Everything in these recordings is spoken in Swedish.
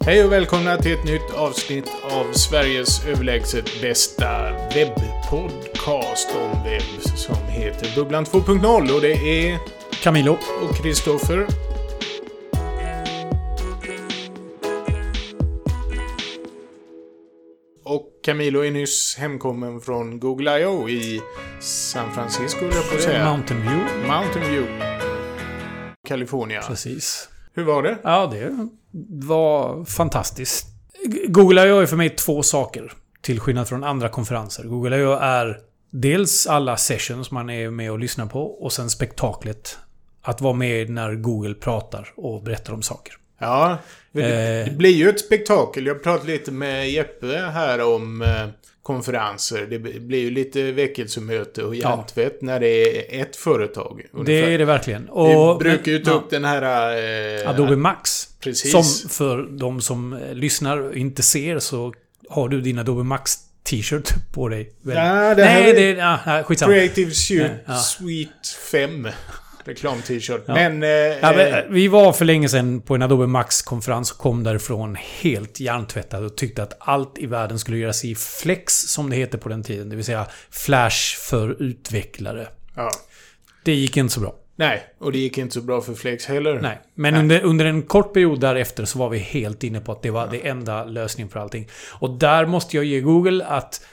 Hej och välkomna till ett nytt avsnitt av Sveriges överlägset bästa webbpodcast om webb som heter Bubblan 2.0 och det är Camilo och Kristoffer. Och Camilo är nyss hemkommen från Google I.O. i San Francisco, eller på att säga. Mountain View, California. Precis. Hur var det? Ja, det var fantastiskt. Google I.O. är för mig två saker. Till skillnad från andra konferenser. Google I.O. är dels alla sessions man är med och lyssnar på. Och sen spektaklet. Att vara med när Google pratar och berättar om saker. Ja, det blir ju ett spektakel. Jag pratade lite med Jeppe här om konferenser. Det blir ju lite väckelsemöte och hjärntvätt när det är ett företag. Ungefär. Det är det verkligen. Och vi brukar ju ta upp den här Adobe Max. Precis. Som för de som lyssnar och inte ser så har du din Adobe Max t-shirt på dig. Ja, det här är skitsamma. Creative Suite 5 reklam-t-shirt. Ja. Men vi var för länge sedan på en Adobe Max-konferens och kom därifrån helt hjärntvättad och tyckte att allt i världen skulle göras i Flex, som det heter på den tiden. Det vill säga Flash för utvecklare. Ja. Det gick inte så bra. Nej, och det gick inte så bra för Flex heller. Nej, men under en kort period därefter så var vi helt inne på att det var det enda lösningen för allting. Och där måste jag ge Google att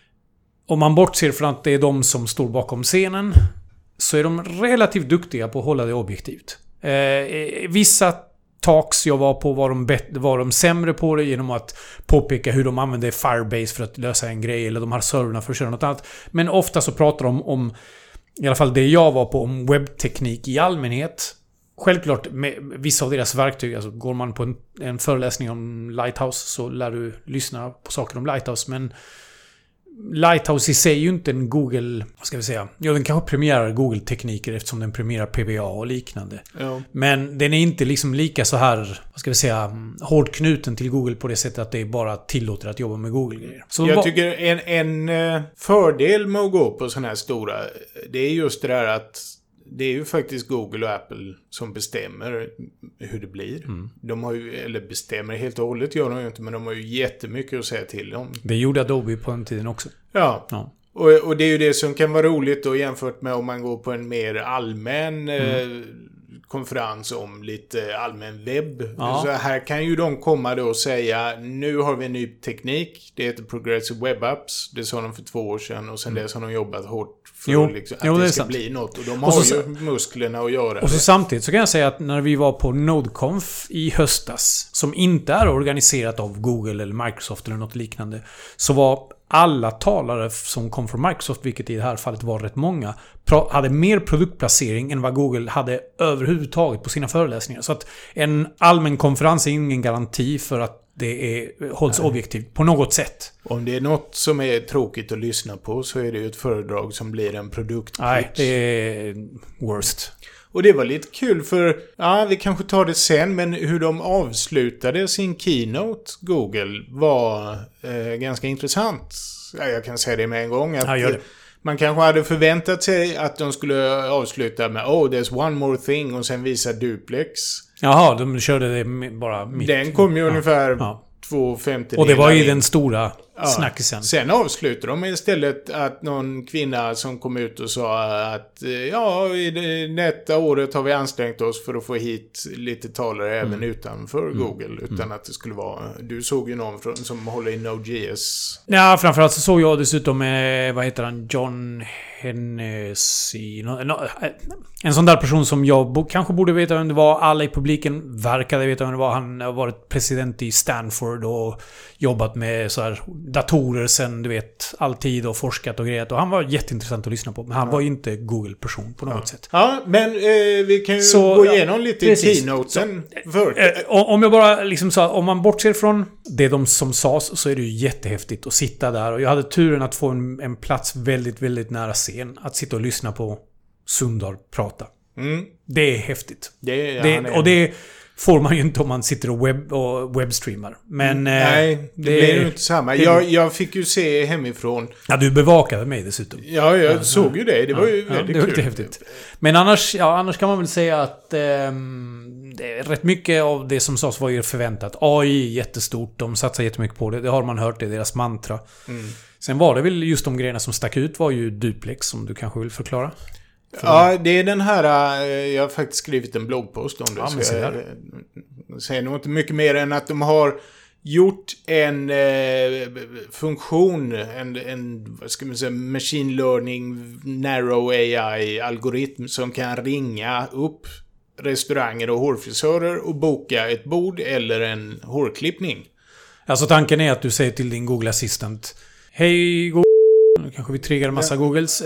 om man bortser från att det är de som står bakom scenen så är de relativt duktiga på att hålla det objektivt. Vissa talks jag var på var de sämre på det genom att påpeka hur de använder Firebase för att lösa en grej eller de har serverna för att köra något annat. Men ofta så pratar de om, i alla fall det jag var på, om webbteknik i allmänhet. Självklart med vissa av deras verktyg, alltså går man på en föreläsning om Lighthouse så lär du lyssna på saker om Lighthouse, men Lighthouse i sig är ju inte en Google, vad ska vi säga? Ja, den kanske premierar Google-tekniker eftersom den premierar PVA och liknande. Ja. Men den är inte liksom lika så här, vad ska vi säga, hårdknuten till Google på det sättet att det bara tillåter att jobba med Google-grejer. Så jag tycker en fördel med att gå på sådana här stora, det är just det där att det är ju faktiskt Google och Apple som bestämmer hur det blir. De har ju, eller bestämmer helt och hållet gör de ju inte, men de har ju jättemycket att säga till om. Det gjorde Adobe på den tiden också. Ja. Och det är ju det som kan vara roligt då jämfört med om man går på en mer allmän konferens om lite allmän webb. Ja. Så här kan ju de komma då och säga, nu har vi en ny teknik, det heter Progressive Web Apps, det sa de för 2 år sedan och sen dess har de jobbat hårt för att det ska bli något. Och de har ju musklerna att göra och så samtidigt så kan jag säga att när vi var på NodeConf i höstas, som inte är organiserat av Google eller Microsoft eller något liknande, så var alla talare som kom från Microsoft, vilket i det här fallet var rätt många, hade mer produktplacering än vad Google hade överhuvudtaget på sina föreläsningar. Så att en allmän konferens är ingen garanti för att det hålls objektivt på något sätt. Om det är något som är tråkigt att lyssna på så är det ju ett föredrag som blir en produktpitch. Nej, det är worst. Och det var lite kul för, vi kanske tar det sen, men hur de avslutade sin keynote, Google, var ganska intressant. Jag kan säga det med en gång. Att man kanske hade förväntat sig att de skulle avsluta med there's one more thing och sen visa duplex. Jaha, de körde det bara mitt. Den kom ju ungefär 2:50. Och det var ju den stora snackisen. Sen avslutade de istället att någon kvinna som kom ut och sa att i detta året har vi ansträngt oss för att få hit lite talare även utanför Google. Utan att det skulle vara... Du såg ju någon som håller i Node.js. Ja, framförallt så såg jag dessutom vad heter han? John Hennessy. En sån där person som jag kanske borde veta vem det var. Alla i publiken verkade veta vem det var. Han har varit president i Stanford och jobbat med så här datorer sen, du vet, alltid och forskat och grejat. Och han var jätteintressant att lyssna på. Men han var ju inte Google-person på något sätt. Ja, men vi kan ju gå igenom lite i keynoten. Om jag bara liksom sa, om man bortser från det de som sades så är det ju jättehäftigt att sitta där. Och jag hade turen att få en plats väldigt, väldigt nära scen. Att sitta och lyssna på Sundar prata. Det är häftigt. Det får man ju inte om man sitter och webbstreamar. Men nej, det blir ju inte samma. Jag fick ju se hemifrån. Ja, du bevakade mig dessutom. Ja, jag såg ju det. Det var ju väldigt kul. Det var häftigt. Men annars kan man väl säga att rätt mycket av det som sades var ju förväntat. AI är jättestort, de satsar jättemycket på det. Det har man hört, det är deras mantra. Sen var det väl just de grejerna som stack ut var ju Duplex, som du kanske vill förklara. Ja, det är den här... Jag har faktiskt skrivit en bloggpost om det. Ja, så jag säger nog inte mycket mer än att de har gjort en funktion, vad ska man säga, machine learning, narrow AI-algoritm som kan ringa upp restauranger och hårfrisörer och boka ett bord eller en hårklippning. Alltså tanken är att du säger till din Google Assistant: hej Google, nu kanske vi triggar en massa Googles.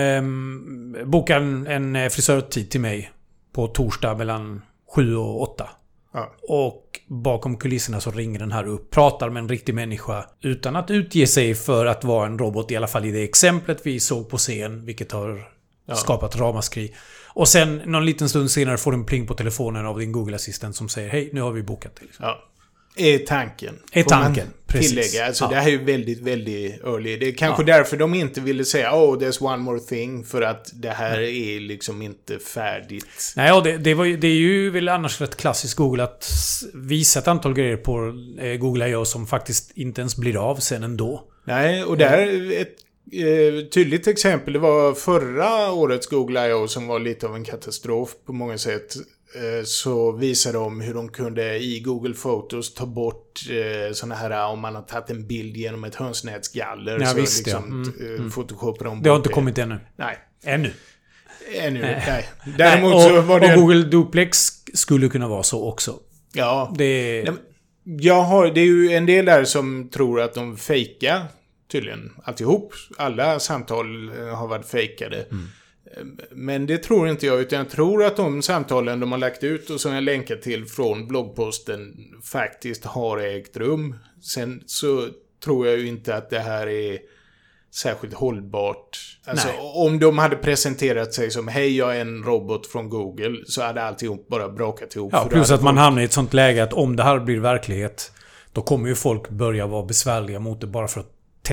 Boka en frisörtid till mig på torsdag mellan 7 och 8. Ja. Och bakom kulisserna så ringer den här upp, pratar med en riktig människa utan att utge sig för att vara en robot, i alla fall i det exemplet vi såg på scen, vilket har skapat ramaskri. Och sen någon liten stund senare får du en pling på telefonen av din Google Assistent som säger: hej, nu har vi bokat det. Liksom. Ja. Är tanken. Precis. Tillägga. Alltså det här är ju väldigt, väldigt early. Det är kanske därför de inte ville säga there's one more thing, för att det här är liksom inte färdigt. Nej, och det är ju väl annars rätt klassiskt Google att visa ett antal grejer på Google I.O. som faktiskt inte ens blir av sen ändå. Nej, och där ett tydligt exempel, det var förra årets Google I.O. som var lite av en katastrof på många sätt. Så visade de hur de kunde i Google Photos ta bort såna här, om man har tagit en bild genom ett hönsnätsgaller. Ja, så visst, liksom Photoshopar de bort. Det har inte kommit ännu. Nej. Ännu. Nej. Däremot så var det... Och Google Duplex skulle kunna vara så också. Ja. Det är ju en del där som tror att de fejkar tydligen alltihop. Alla samtal har varit fejkade. Men det tror inte jag, utan jag tror att de samtalen de har lagt ut och som jag länkar till från bloggposten faktiskt har ägt rum. Sen så tror jag ju inte att det här är särskilt hållbart. Alltså, om de hade presenterat sig som hej, jag är en robot från Google, så hade alltihop bara brakat ihop. Ja, plus att man hamnar i ett sånt läge att om det här blir verklighet, då kommer ju folk börja vara besvärliga mot det bara för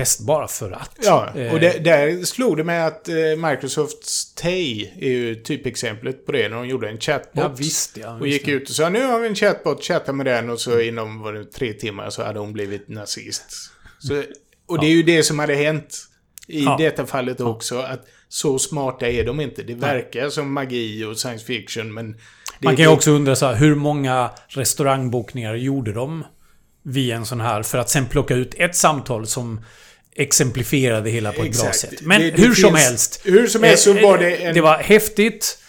att. Ja, och där slog det med att Microsofts Tay är ju typexemplet på det, när de gjorde en chatbot. Ja, visst. Och gick ut och sa, nu har vi en chatbot, chatta med den, och så inom 3 timmar så hade hon blivit nazist. Så, och det är ju det som hade hänt i detta fallet också, att så smarta är de inte. Det verkar som magi och science fiction, men... Man kan ju också undra så här, hur många restaurangbokningar gjorde de via en sån här, för att sen plocka ut ett samtal som exemplifierade hela på ett bra sätt. Men hur som helst så var det det var häftigt.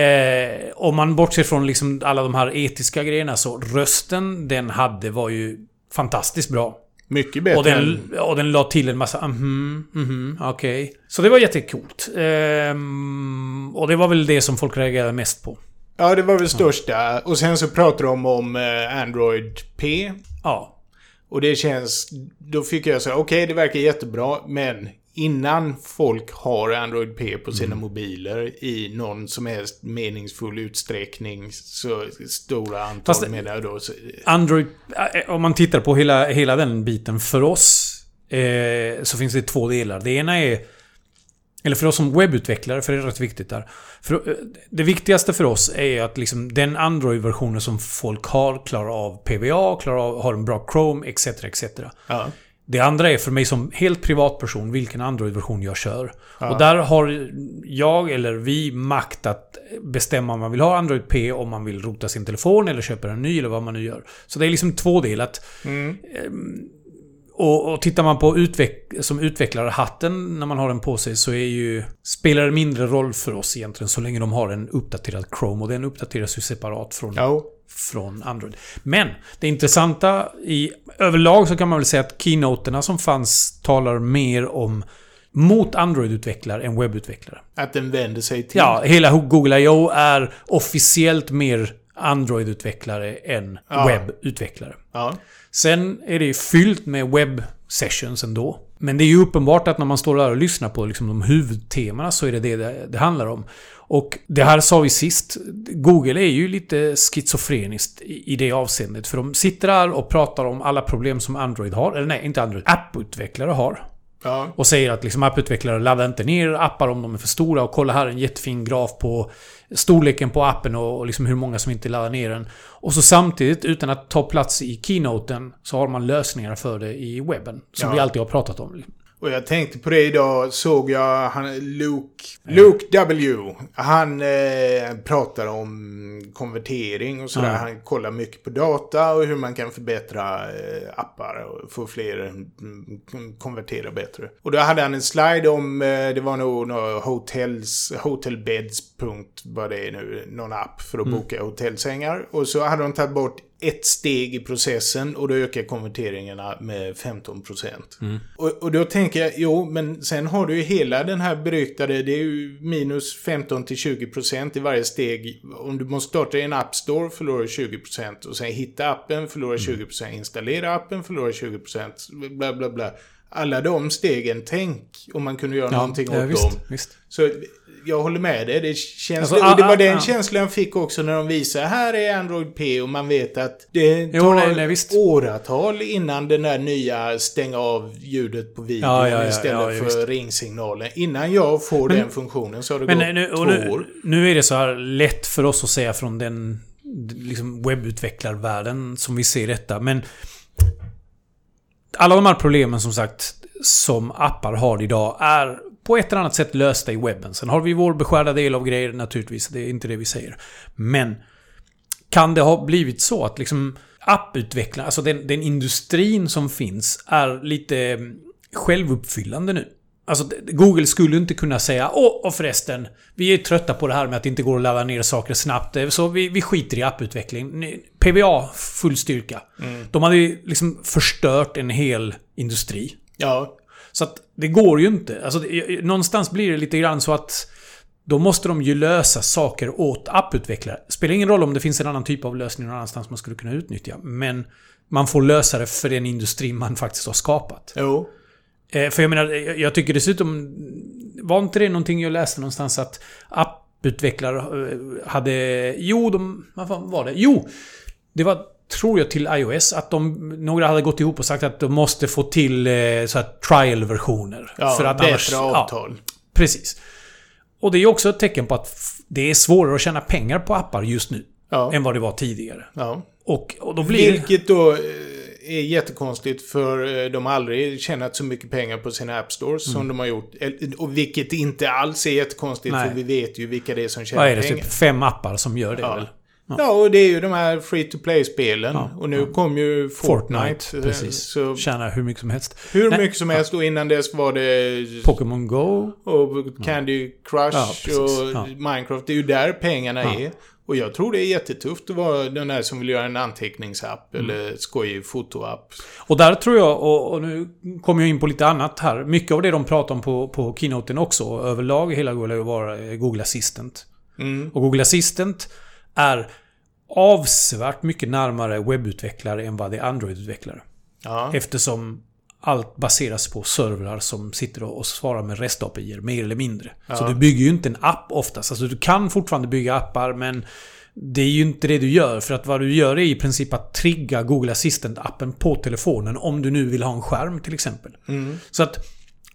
Om man bortser från liksom alla de här etiska grejerna, så rösten den hade var ju fantastiskt bra. Mycket bättre. Och den la till en massa okej. Så det var jättecoolt. Och det var väl det som folk reagerade mest på. Ja, det var väl största. Och sen så pratar de om Android P. Ja. Och det känns... Då fick jag säga, okej, det verkar jättebra, men innan folk har Android P på sina mobiler i någon som helst meningsfull utsträckning, så stora antal menar jag då. Android, om man tittar på hela den biten för oss, så finns det 2 delar. Det ena är, eller för oss som webbutvecklare, för det är rätt viktigt där. För det viktigaste för oss är att liksom den Android-versionen som folk har klarar av PVA, har en bra Chrome, etc. Ja. Det andra är för mig som helt privatperson vilken Android-version jag kör. Ja. Och där har jag eller vi makt att bestämma om man vill ha Android P, om man vill rota sin telefon eller köpa en ny eller vad man nu gör. Så det är liksom 2-delat. Och tittar man på som utvecklare-hatten när man har den på sig, så spelar det mindre roll för oss egentligen så länge de har en uppdaterad Chrome, och den uppdateras ju separat från Android. Men det intressanta överlag så kan man väl säga att keynoterna som fanns talar mer om mot Android-utvecklare än webbutvecklare. Att den vänder sig till... Ja, hela Google I.O. är officiellt mer Android-utvecklare än webbutvecklare. Ja. Sen är det fyllt med webb-sessions ändå. Men det är ju uppenbart att när man står där och lyssnar på liksom de huvudtemana, så är det handlar om. Och det här sa vi sist. Google är ju lite schizofreniskt i det avseendet. För de sitter där och pratar om alla problem som Android har. Eller nej, inte Android. App-utvecklare har. Och säger att liksom apputvecklare laddar inte ner appar om de är för stora. Och kolla här en jättefin graf på storleken på appen och liksom hur många som inte laddar ner den. Och så samtidigt, utan att ta plats i keynoten, så har man lösningar för det i webben. Som vi alltid har pratat om. Och jag tänkte på det idag, såg jag Luke W. Han pratar om konvertering och sådär. Han kollar mycket på data och hur man kan förbättra appar och få fler konvertera bättre. Och då hade han en slide om, det var nog hotelbeds. Vad det är nu, någon app för att boka hotellsängar. Och så hade de tagit bort ett steg i processen och då ökar konverteringarna med 15%. Och då tänker jag, jo, men sen har du ju hela den här beryktade, det är ju minus 15-20% i varje steg. Om du måste starta i en App Store förlorar du 20% och sen hitta appen förlorar 20%, installera appen förlorar 20%, bla bla bla. Alla de stegen, tänk om man kunde göra någonting åt dem. Visst. Så jag håller med dig. Det känns, och det var den känslan jag fick också när de visade här är Android P och man vet att det tar åratal innan den där nya stänga av ljudet på videon istället för ringsignalen. Innan jag får den funktionen så har det gått 2 år. Nu är det så här lätt för oss att säga från den liksom webbutvecklarvärlden som vi ser detta. Men alla de här problemen som sagt som appar har idag är på ett eller annat sätt lösta i webben. Sen har vi vår beskärda del av grejer naturligtvis. Det är inte det vi säger. Men kan det ha blivit så att liksom apputvecklare, alltså den industrin som finns är lite självuppfyllande nu? Alltså Google skulle inte kunna säga och förresten, vi är trötta på det här med att det inte går att ladda ner saker snabbt, så vi skiter i apputveckling. PVA full styrka. De hade ju liksom förstört en hel industri. Ja. Så att det går ju inte. Alltså, någonstans blir det lite grann så att då måste de ju lösa saker åt apputvecklare. Spelar ingen roll om det finns en annan typ av lösning någon annanstans man skulle kunna utnyttja. Men man får lösa det för den industri man faktiskt har skapat. Jo. För jag menar, jag tycker dessutom, var inte det någonting jag läste någonstans att apputvecklare hade, vad fan var det? Jo, det var, tror jag, till iOS att några hade gått ihop och sagt att de måste få till så här trial-versioner. Ja, för att bättre avtal. Ja, precis. Och det är också ett tecken på att det är svårare att tjäna pengar på appar just nu än vad det var tidigare. Ja. Och då blir vilket då är jättekonstigt för de har aldrig tjänat så mycket pengar på sina App Stores som de har gjort. Och vilket inte alls är jättekonstigt. Nej. För vi vet ju vilka det är som tjänar pengar. Vad är det? Typ 5 appar som gör det väl? Ja, och det är ju de här free-to-play-spelen. Och nu kom ju Fortnite. Precis. Så tjänar hur mycket som helst. Mycket som helst. Och innan dess var det Pokémon Go. Och Candy Crush och Minecraft. Det är ju där pengarna är. Och jag tror det är jättetufft att vara den där som vill göra en anteckningsapp eller skojig fotoapp. Och där tror jag, och nu kommer jag in på lite annat här. Mycket av det de pratar om på keynoten också, överlag hela Google Assistant. Och Google Assistant är avsevärt mycket närmare webbutvecklare än vad det är Android-utvecklare. Ja. Eftersom allt baseras på servrar som sitter och svarar med REST-API:er, mer eller mindre. Ja. Så du bygger ju inte en app oftast. Alltså du kan fortfarande bygga appar, men det är ju inte det du gör. För att vad du gör är i princip att trigga Google Assistant-appen på telefonen om du nu vill ha en skärm till exempel. Så att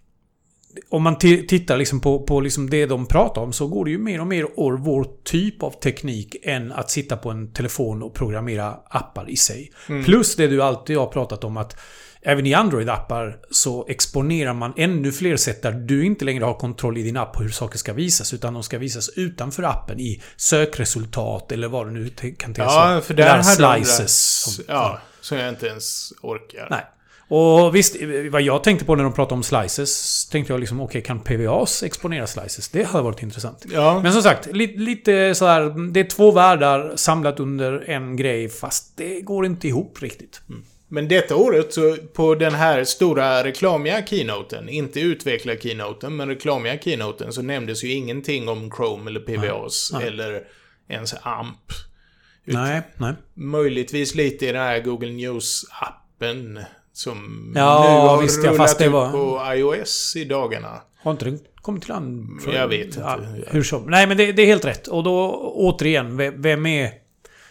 om man tittar liksom på liksom det de pratar om, så går det ju mer och mer år vår typ av teknik än att sitta på en telefon och programmera appar i sig. Plus det du alltid har pratat om, att även i Android-appar så exponerar man ännu fler sätt där du inte längre har kontroll i din app på hur saker ska visas, utan de ska visas utanför appen i sökresultat eller vad det nu kan till. Ja, för där slices. Så jag inte ens orkar. Nej. Och visst, vad jag tänkte på när de pratade om slices, tänkte jag liksom, okej, kan PVAs exponera slices? Det hade varit intressant. Ja. Men som sagt, lite så här, det är 2 världar samlat under en grej, fast det går inte ihop riktigt. Men detta året så på den här stora reklamiga keynoten, inte utveckla keynoten, men reklamiga keynoten, så nämndes ju ingenting om Chrome eller PVAs eller ens AMP. Nej. Möjligtvis lite i den här Google News-appen som nu har rullat ut på iOS i dagarna. Har inte det kommit till land? Jag vet inte. Hur som. Nej, men det är helt rätt. Och då återigen, vem är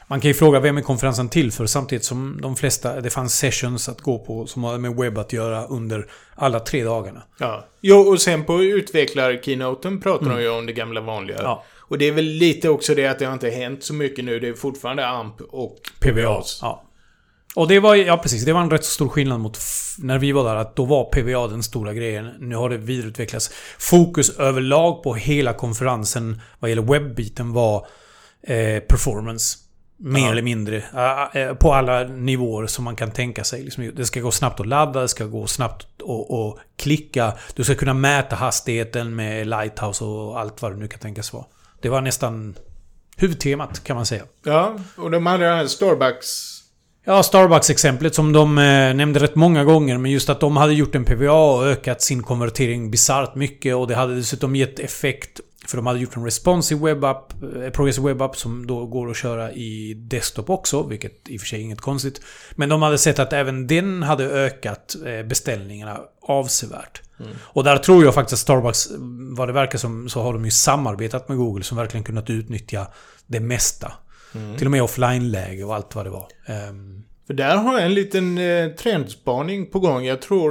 Man kan ju fråga vem är konferensen till för, samtidigt som de flesta, det fanns sessions att gå på som hade med webb att göra under alla 3 dagarna. Ja. Jo, och sen på utvecklar-keynoten pratar de ju om det gamla vanliga. Ja. Och det är väl lite också det att det har inte hänt så mycket nu. Det är fortfarande AMP och PVA. Ja. Och det var, ja precis, det var en rätt stor skillnad mot när vi var där, att då var PVA den stora grejen. Nu har det vidareutvecklats. Fokus överlag på hela konferensen vad gäller webbiten var performance. Mer eller mindre. På alla nivåer som man kan tänka sig. Liksom, det ska gå snabbt att ladda, det ska gå snabbt att klicka. Du ska kunna mäta hastigheten med Lighthouse och allt vad det nu kan tänkas vara. Det var nästan huvudtemat kan man säga. Ja, och de hade den här Starbucks... Ja, Starbucks-exemplet som de nämnde rätt många gånger. Men just att de hade gjort en PVA och ökat sin konvertering bizarrt mycket. Och det hade dessutom gett effekt. För de hade gjort en responsive webbapp, progressive webbapp som då går att köra i desktop också. Vilket i och för sig är inget konstigt. Men de hade sett att även den hade ökat beställningarna avsevärt. Och där tror jag faktiskt att Starbucks, vad det verkar som, så har de ju samarbetat med Google som verkligen kunnat utnyttja det mesta. Till och med offline-läge och allt vad det var. För där har jag en liten trendspaning på gång. Jag tror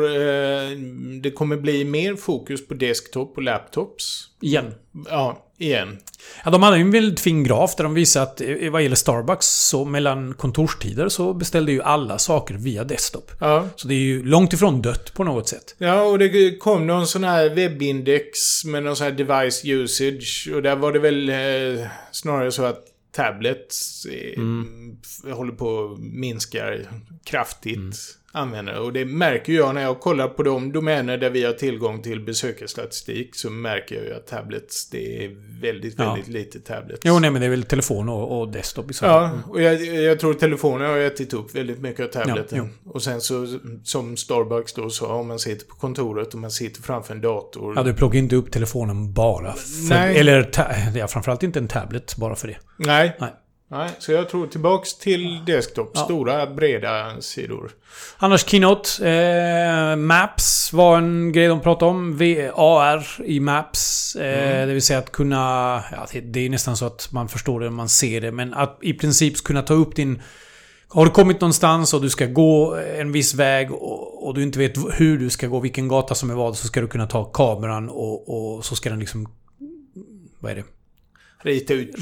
det kommer bli mer fokus på desktop och laptops. Igen. Ja, igen. Ja, de hade ju en väldigt fin graf där de visade att vad gäller Starbucks så mellan kontorstider så beställde ju alla saker via desktop. Ja. Så det är ju långt ifrån dött på något sätt. Ja, och det kom någon sån här webbindex med någon sån här device usage. Och där var det väl snarare så att tablets håller på att minska kraftigt användare. Och det märker jag när jag kollar på de domäner där vi har tillgång till besökarstatistik, så märker jag ju att tablets, det är väldigt lite tablets. Jo, nej, men det är väl telefon och desktop i så. Ja, och jag tror telefonen har ätit upp väldigt mycket av tableten. Ja, och sen så, som Starbucks då sa, om man sitter på kontoret och man sitter framför en dator. Ja, du plockar inte upp telefonen bara för, eller framförallt inte en tablet bara för det. Nej, så jag tror tillbaks till desktop. Stora, breda sidor. Annars Keynote. Maps var en grej de pratade om. AR i Maps. Det vill säga att kunna... Ja, det är nästan så att man förstår det när man ser det. Men att i princip kunna ta upp din... Har du kommit någonstans och du ska gå en viss väg och du inte vet hur du ska gå, vilken gata som är vad, så ska du kunna ta kameran och så ska den liksom... Vad är det? Rita ut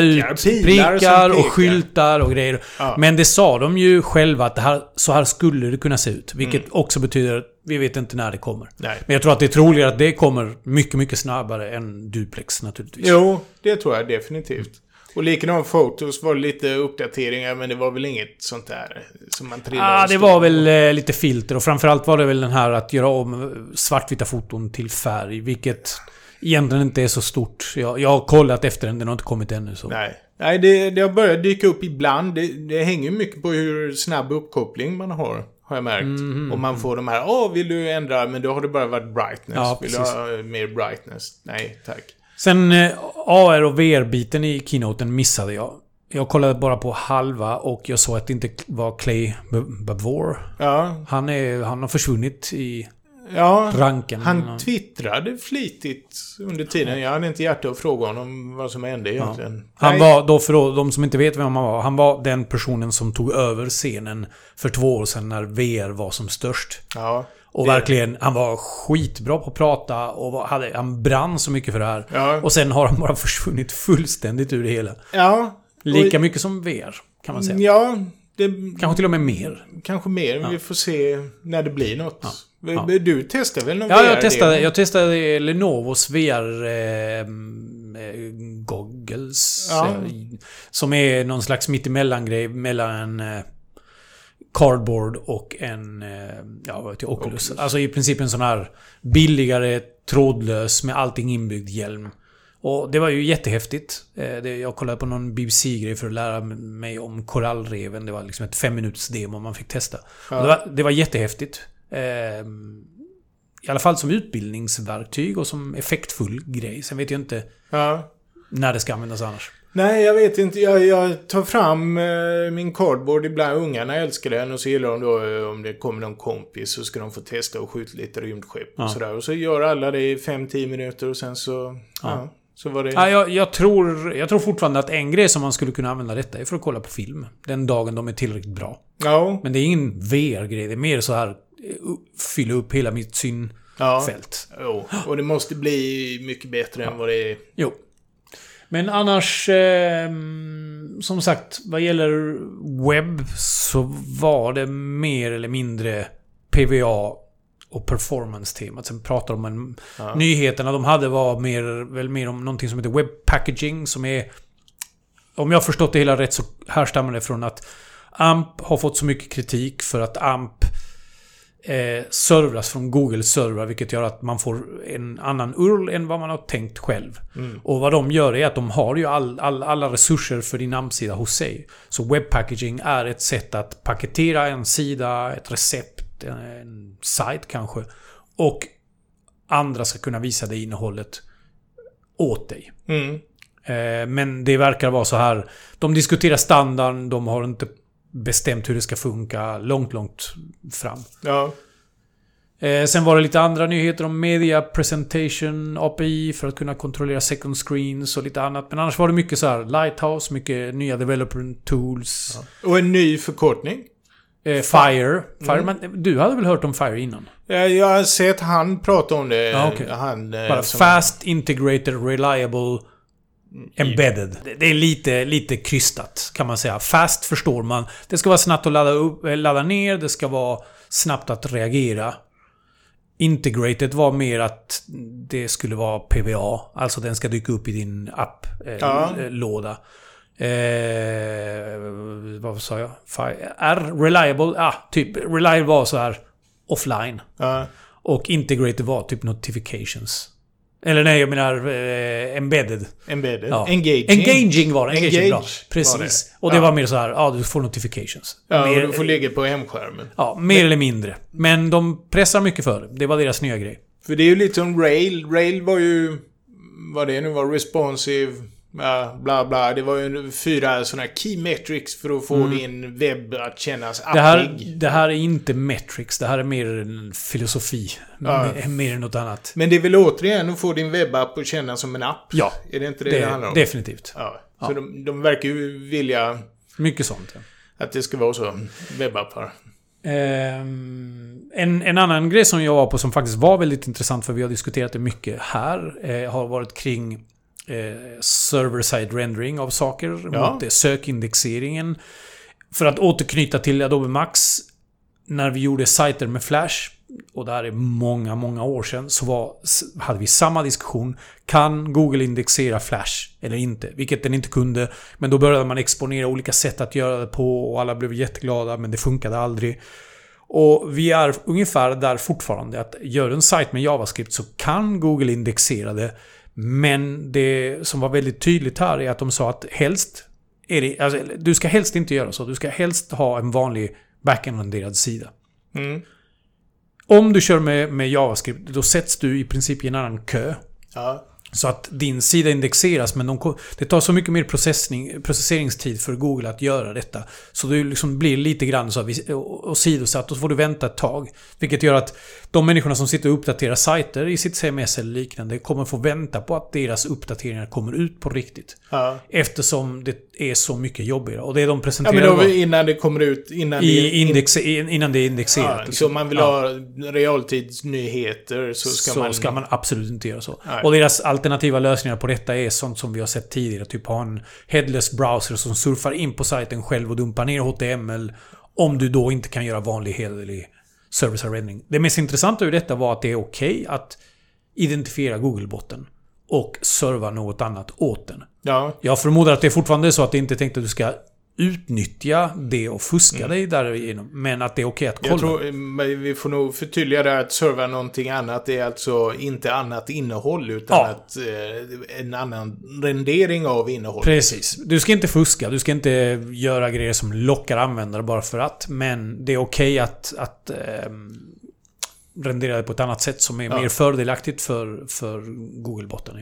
prickar och skyltar och grejer. Ja. Men det sa de ju själva att så här skulle det kunna se ut. Vilket också betyder att vi vet inte när det kommer. Nej. Men jag tror att det är troligare att det kommer mycket, mycket snabbare än duplex naturligtvis. Jo, det tror jag definitivt. Och likadant fotos var lite uppdateringar, men det var väl inget sånt där som man trillade. Ja, det var väl lite filter och framförallt var det väl den här att göra om svartvita foton till färg, vilket... egentligen inte är så stort. Jag har kollat efter den har inte kommit ännu. Så. Nej, det har börjat dyka upp ibland. Det hänger mycket på hur snabb uppkoppling man har jag märkt. Om man får de här, vill du ändra, men då har det bara varit brightness. Ja, vill du ha mer brightness? Nej, tack. Sen AR och VR-biten i keynoten missade jag. Jag kollade bara på halva och jag såg att det inte var Clay Bavor. Ja. Han har försvunnit i... Ja, ranken. Han twittrade flitigt under tiden. Jag hade inte hjärta att fråga honom vad som hände egentligen. Ja. Han var, då för de som inte vet vem han var den personen som tog över scenen för 2 år sedan när VR var som störst. Ja. Och verkligen, han var skitbra på att prata och han brann så mycket för det här. Ja. Och sen har han bara försvunnit fullständigt ur det hela. Ja. Lika mycket som VR, kan man säga. Ja. Kanske till och med mer. Kanske mer, men vi får se när det blir något. Ja. Du testade väl någon VR? Ja, jag testade Lenovos VR goggles. Som är någon slags mittemellan-grej mellan en cardboard och en Oculus. Alltså i princip en sån här billigare, trådlös med allting inbyggd hjälm. Och det var ju jättehäftigt. Jag kollade på någon BBC-grej för att lära mig om korallreven. Det var liksom ett 5 minuters demo man fick testa. Ja. Det var jättehäftigt. I alla fall som utbildningsverktyg och som effektfull grej. Sen vet jag inte när det ska användas annars. Nej, jag vet inte. Jag tar fram min cardboard. Ibland ungarna älskar den och så gillar de då om det kommer någon kompis så ska de få testa och skjuta lite rymdskepp och sådär. Och så gör alla det i 5-10 minuter och sen så Så var det... Ja, jag tror fortfarande att en grej som man skulle kunna använda detta är för att kolla på film. Den dagen de är tillräckligt bra. Ja. Men det är ingen VR-grej. Det är mer så här fylla upp hela mitt synfält. Ja. Och det måste bli mycket bättre än vad det är. Jo. Men annars, som sagt, vad gäller webb så var det mer eller mindre PVA och performance-temat. Sen pratar om nyheterna de hade var mer om någonting som heter web packaging, som är, om jag har förstått det hela rätt, så härstammar det från att AMP har fått så mycket kritik för att AMP servras från Googles servrar, vilket gör att man får en annan URL än vad man har tänkt själv. Och vad de gör är att de har ju alla resurser för din AMP-sida hos sig. Så webpackaging är ett sätt att paketera en sida, ett recept, en sajt kanske, och andra ska kunna visa det innehållet åt dig. Men det verkar vara så här, de diskuterar standarden, de har inte bestämt hur det ska funka långt fram. Ja. Sen var det lite andra nyheter om Media Presentation API för att kunna kontrollera second screens och lite annat. Men annars var det mycket så här Lighthouse, mycket nya developer tools. Ja. Och en ny förkortning. Fire. Men du hade väl hört om Fire innan? Jag har sett han prata om det. Ja, okay. Bara Fast, Integrated, Reliable, Embedded. Det är lite krystat kan man säga. Fast förstår man. Det ska vara snabbt att ladda ner. Det ska vara snabbt att reagera. Integrated var mer att det skulle vara PVA. Alltså den ska dyka upp i din app-låda. Vad sa jag? Reliable. Typ Reliable var så här offline. Och Integrated var typ notifications. Eller nej, jag menar embedded. Ja. Engaging var det. Engaging, bra. Precis. Och det var mer så här, du får notifications. Ja, och du får ligga på hemskärmen. Ja, mer eller mindre. Men de pressar mycket för det. Det var deras nya grej. För det är ju lite som Rail. Rail var ju, vad det nu var, responsive, bla bla. Det var ju 4 sådana key metrics för att få din webb att kännas appig. Det här är inte metrics. Det här är mer en filosofi. Mer än något annat. Men det är väl återigen att få din webbapp att kännas som en app? Ja. Är det inte det handlar om? Definitivt. Ja. Så de verkar ju vilja... Mycket sånt, ja. Att det ska vara så. Webbappar. En annan grej som jag var på som faktiskt var väldigt intressant, för vi har diskuterat det mycket här, har varit kring server-side rendering av saker mot sökindexeringen. För att återknyta till Adobe Max, när vi gjorde sajter med Flash, och där är många år sedan, så hade vi samma diskussion. Kan Google indexera Flash eller inte? Vilket den inte kunde. Men då började man exponera olika sätt att göra det på, och alla blev jätteglada, men det funkade aldrig. Och vi är ungefär där fortfarande, att gör en sajt med JavaScript så kan Google indexera det. Men det som var väldigt tydligt här är att de sa att du ska helst inte göra så. Du ska helst ha en vanlig backend-renderad sida. Om du kör med JavaScript, då sätts du i princip i en annan kö. Ja. Så att din sida indexeras, men det tar så mycket mer processeringstid för Google att göra detta. Så det liksom blir lite grann så åsidosatt, och så får du vänta ett tag. Vilket gör att de människorna som sitter och uppdaterar sajter i sitt CMS eller liknande kommer få vänta på att deras uppdateringar kommer ut på riktigt. Ja. Eftersom det är så mycket jobbigare. Och det de presenterar... Ja, men då, innan det kommer ut... Innan det är indexerat. Ja, så man vill ha realtidsnyheter så ska man absolut inte göra så. Nej. Och deras alternativa lösningar på detta är sånt som vi har sett tidigare. Typ ha en headless browser som surfar in på sajten själv och dumpar ner HTML, om du då inte kan göra vanlig hederlig service rendering. Det mest intressanta ur detta var att det är okej att identifiera Google-botten och serva något annat åt den. Ja. Jag förmodar att det är fortfarande så att det inte är tänkt att du ska utnyttja det och fuska dig därigenom. Men att det är okej att kolla. Jag tror vi får nog förtydliga det, att serva någonting annat är alltså inte annat innehåll, utan att en annan rendering av innehåll. Precis. Du ska inte fuska. Du ska inte göra grejer som lockar användare bara för att. Men det är okej att rendera det på ett annat sätt som är mer fördelaktigt för Google-botten.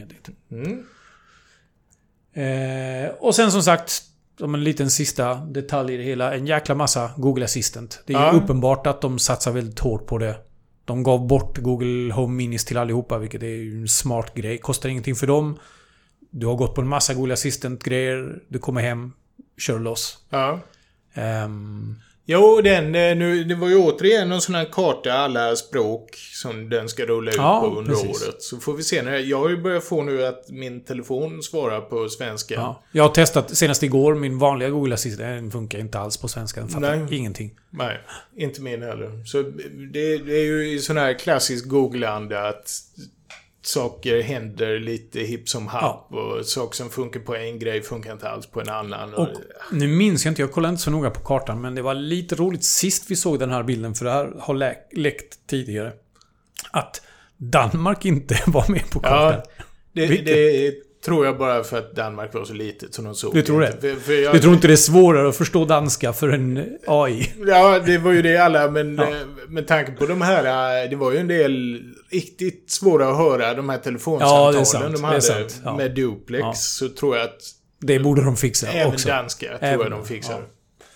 Och sen som sagt, som en liten sista detalj i det hela, en jäkla massa Google Assistant. Det är ju uppenbart att de satsar väldigt hårt på det. De gav bort Google Home Minis till allihopa, vilket är ju en smart grej. Kostar ingenting för dem. Du har gått på en massa Google Assistant-grejer. Du kommer hem, kör loss. Ja. Jo, det var ju återigen en sån här karta alla språk som den ska rulla ut på under året. Så får vi se när jag har ju börjat få nu att min telefon svarar på svenska. Ja. Jag har testat senast igår min vanliga Google Assistant. Den funkar inte alls på svenska. Den fattar ingenting. Nej, inte min heller. Så det är ju i sån här klassisk Google-anda att saker händer lite hipp som happ och saker som funkar på en grej funkar inte alls på en annan. Och nu minns jag inte, jag kollade inte så noga på kartan, men det var lite roligt sist vi såg den här bilden, för det här har läckt tidigare, att Danmark inte var med på kartan. Ja, det tror jag bara för att Danmark var så litet som de såg. Du tror det? Du tror inte det är svårare att förstå danska för en AI? Ja, det var ju det alla, men med tanke på de här, det var ju en del riktigt svåra att höra, de här telefonsamtalen de hade med duplex, så tror jag att det borde de fixa även också. Danska tror jag de fixar.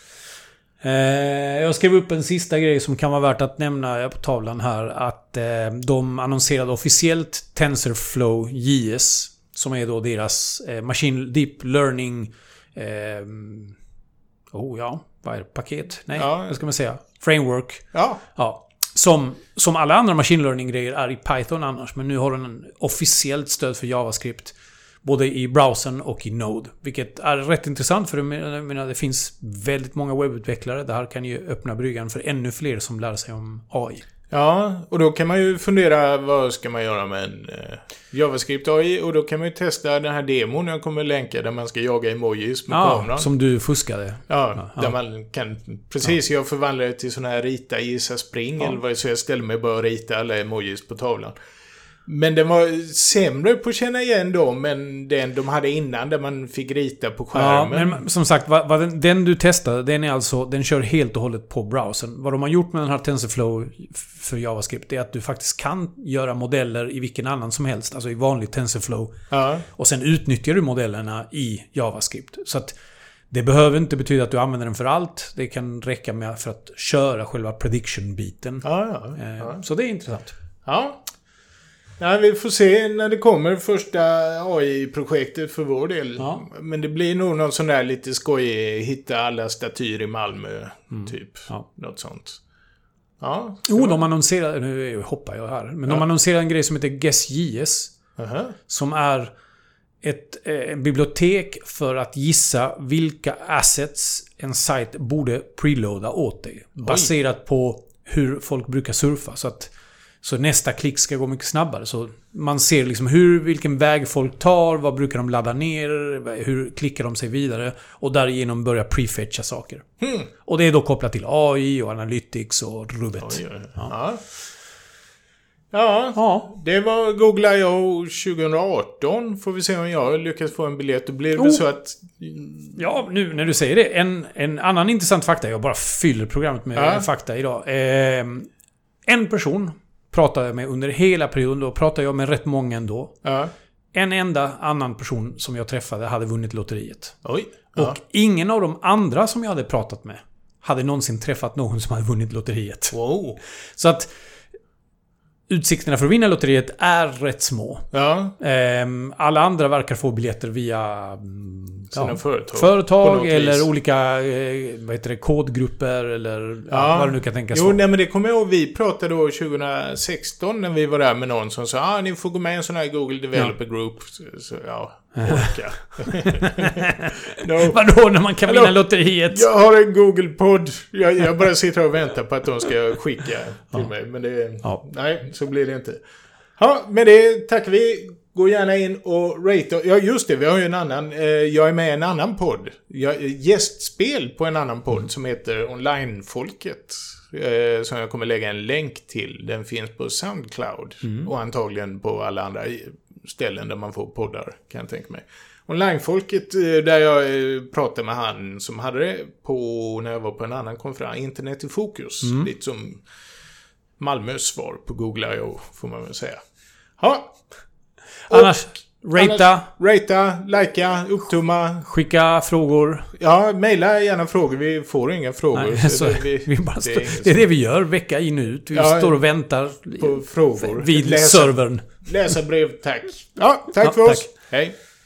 Jag skrev upp en sista grej som kan vara värt att nämna på tavlan här, att de annonserade officiellt TensorFlow JS, som är då deras Machine Deep Learning vad är det? Paket? Nej, vad ska man säga? Framework. Ja. Som alla andra machine learning-grejer är i Python annars, men nu har den en officiellt stöd för JavaScript både i browsern och i Node, vilket är rätt intressant, för jag menar, det finns väldigt många webbutvecklare. Det här kan ju öppna bryggan för ännu fler som lär sig om AI. Ja, och då kan man ju fundera, vad ska man göra med en JavaScript AI, och då kan man ju testa den här demon jag kommer länka, där man ska jaga emojis med kameran. Som du fuskade. Där man kan, jag förvandlar det till sån här rita, gissa, spring, eller vad, så jag ställer mig bara och rita alla emojis på tavlan. Men den var sämre på att känna igen dem än den de hade innan, där man fick rita på skärmen. Ja, men som sagt, den du testade, den kör helt och hållet på browsern. Vad de har gjort med den här TensorFlow för JavaScript är att du faktiskt kan göra modeller i vilken annan som helst, alltså i vanlig TensorFlow. Ja. Och sen utnyttjar du modellerna i JavaScript. Så att det behöver inte betyda att du använder den för allt. Det kan räcka med för att köra själva prediction-biten. Så det är intressant. Ja. Ja, vi får se när det kommer första AI-projektet för vår del. Ja. Men det blir nog någon sån där lite skoj, hitta alla statyer i Malmö, typ. Ja. Något sånt. Ja. De annonserar, nu hoppar jag här, men de annonserar en grej som heter GuessJS. Som är ett bibliotek för att gissa vilka assets en sajt borde preloada åt dig. Baserat på hur folk brukar surfa, så nästa klick ska gå mycket snabbare. Så man ser liksom vilken väg folk tar, vad brukar de ladda ner, hur klickar de sig vidare, och därigenom börja prefetcha saker. Och det är då kopplat till AI och Analytics och rubbet. Ja, det var Google I.O. 2018. Får vi se om jag lyckas få en biljett. Då blir det väl så att... Ja, nu när du säger det. En annan intressant fakta. Jag bara fyller programmet med fakta idag. En person pratade jag med under hela perioden. Då pratade jag med rätt många ändå. En enda annan person som jag träffade hade vunnit lotteriet. Och ingen av de andra som jag hade pratat med hade någonsin träffat någon som hade vunnit lotteriet. Wow. Så att utsikterna för att vinna lotteriet är rätt små. Alla andra verkar få biljetter via företag eller olika kodgrupper eller vad du nu kan tänka sig. Men det kommer jag ihåg. Vi pratade då 2016 när vi var där med någon som sa ni får gå med i en sån här Google Developer Group. Så orka. Vadå när man kan vinna lotteriet? Jag har en Google-podd. Jag bara sitter och väntar på att de ska skicka till mig. Men nej, så blir det inte. Ja, med det tackar vi. Gå gärna in och rate. Ja, just det. Vi har ju en annan... jag är med i en annan podd. Gästspel på en annan podd som heter Online-folket. Som jag kommer lägga en länk till. Den finns på SoundCloud. Och antagligen på alla andra ställen där man får poddar, kan jag tänka mig. Online-folket, där jag pratade med han som hade det när jag var på en annan konferens. Internet i fokus. Lite som Malmös svar på Google I.O. får man väl säga. Ja. Annars, ratea, likea, upptumma. Skicka frågor. Ja, mejla gärna frågor. Vi får inga frågor. Nej, det är det vi gör vecka in och ut. Vi står och väntar på frågor. Vid servern. Läsa brev, tack. Ja, tack för oss. Tack. Hej.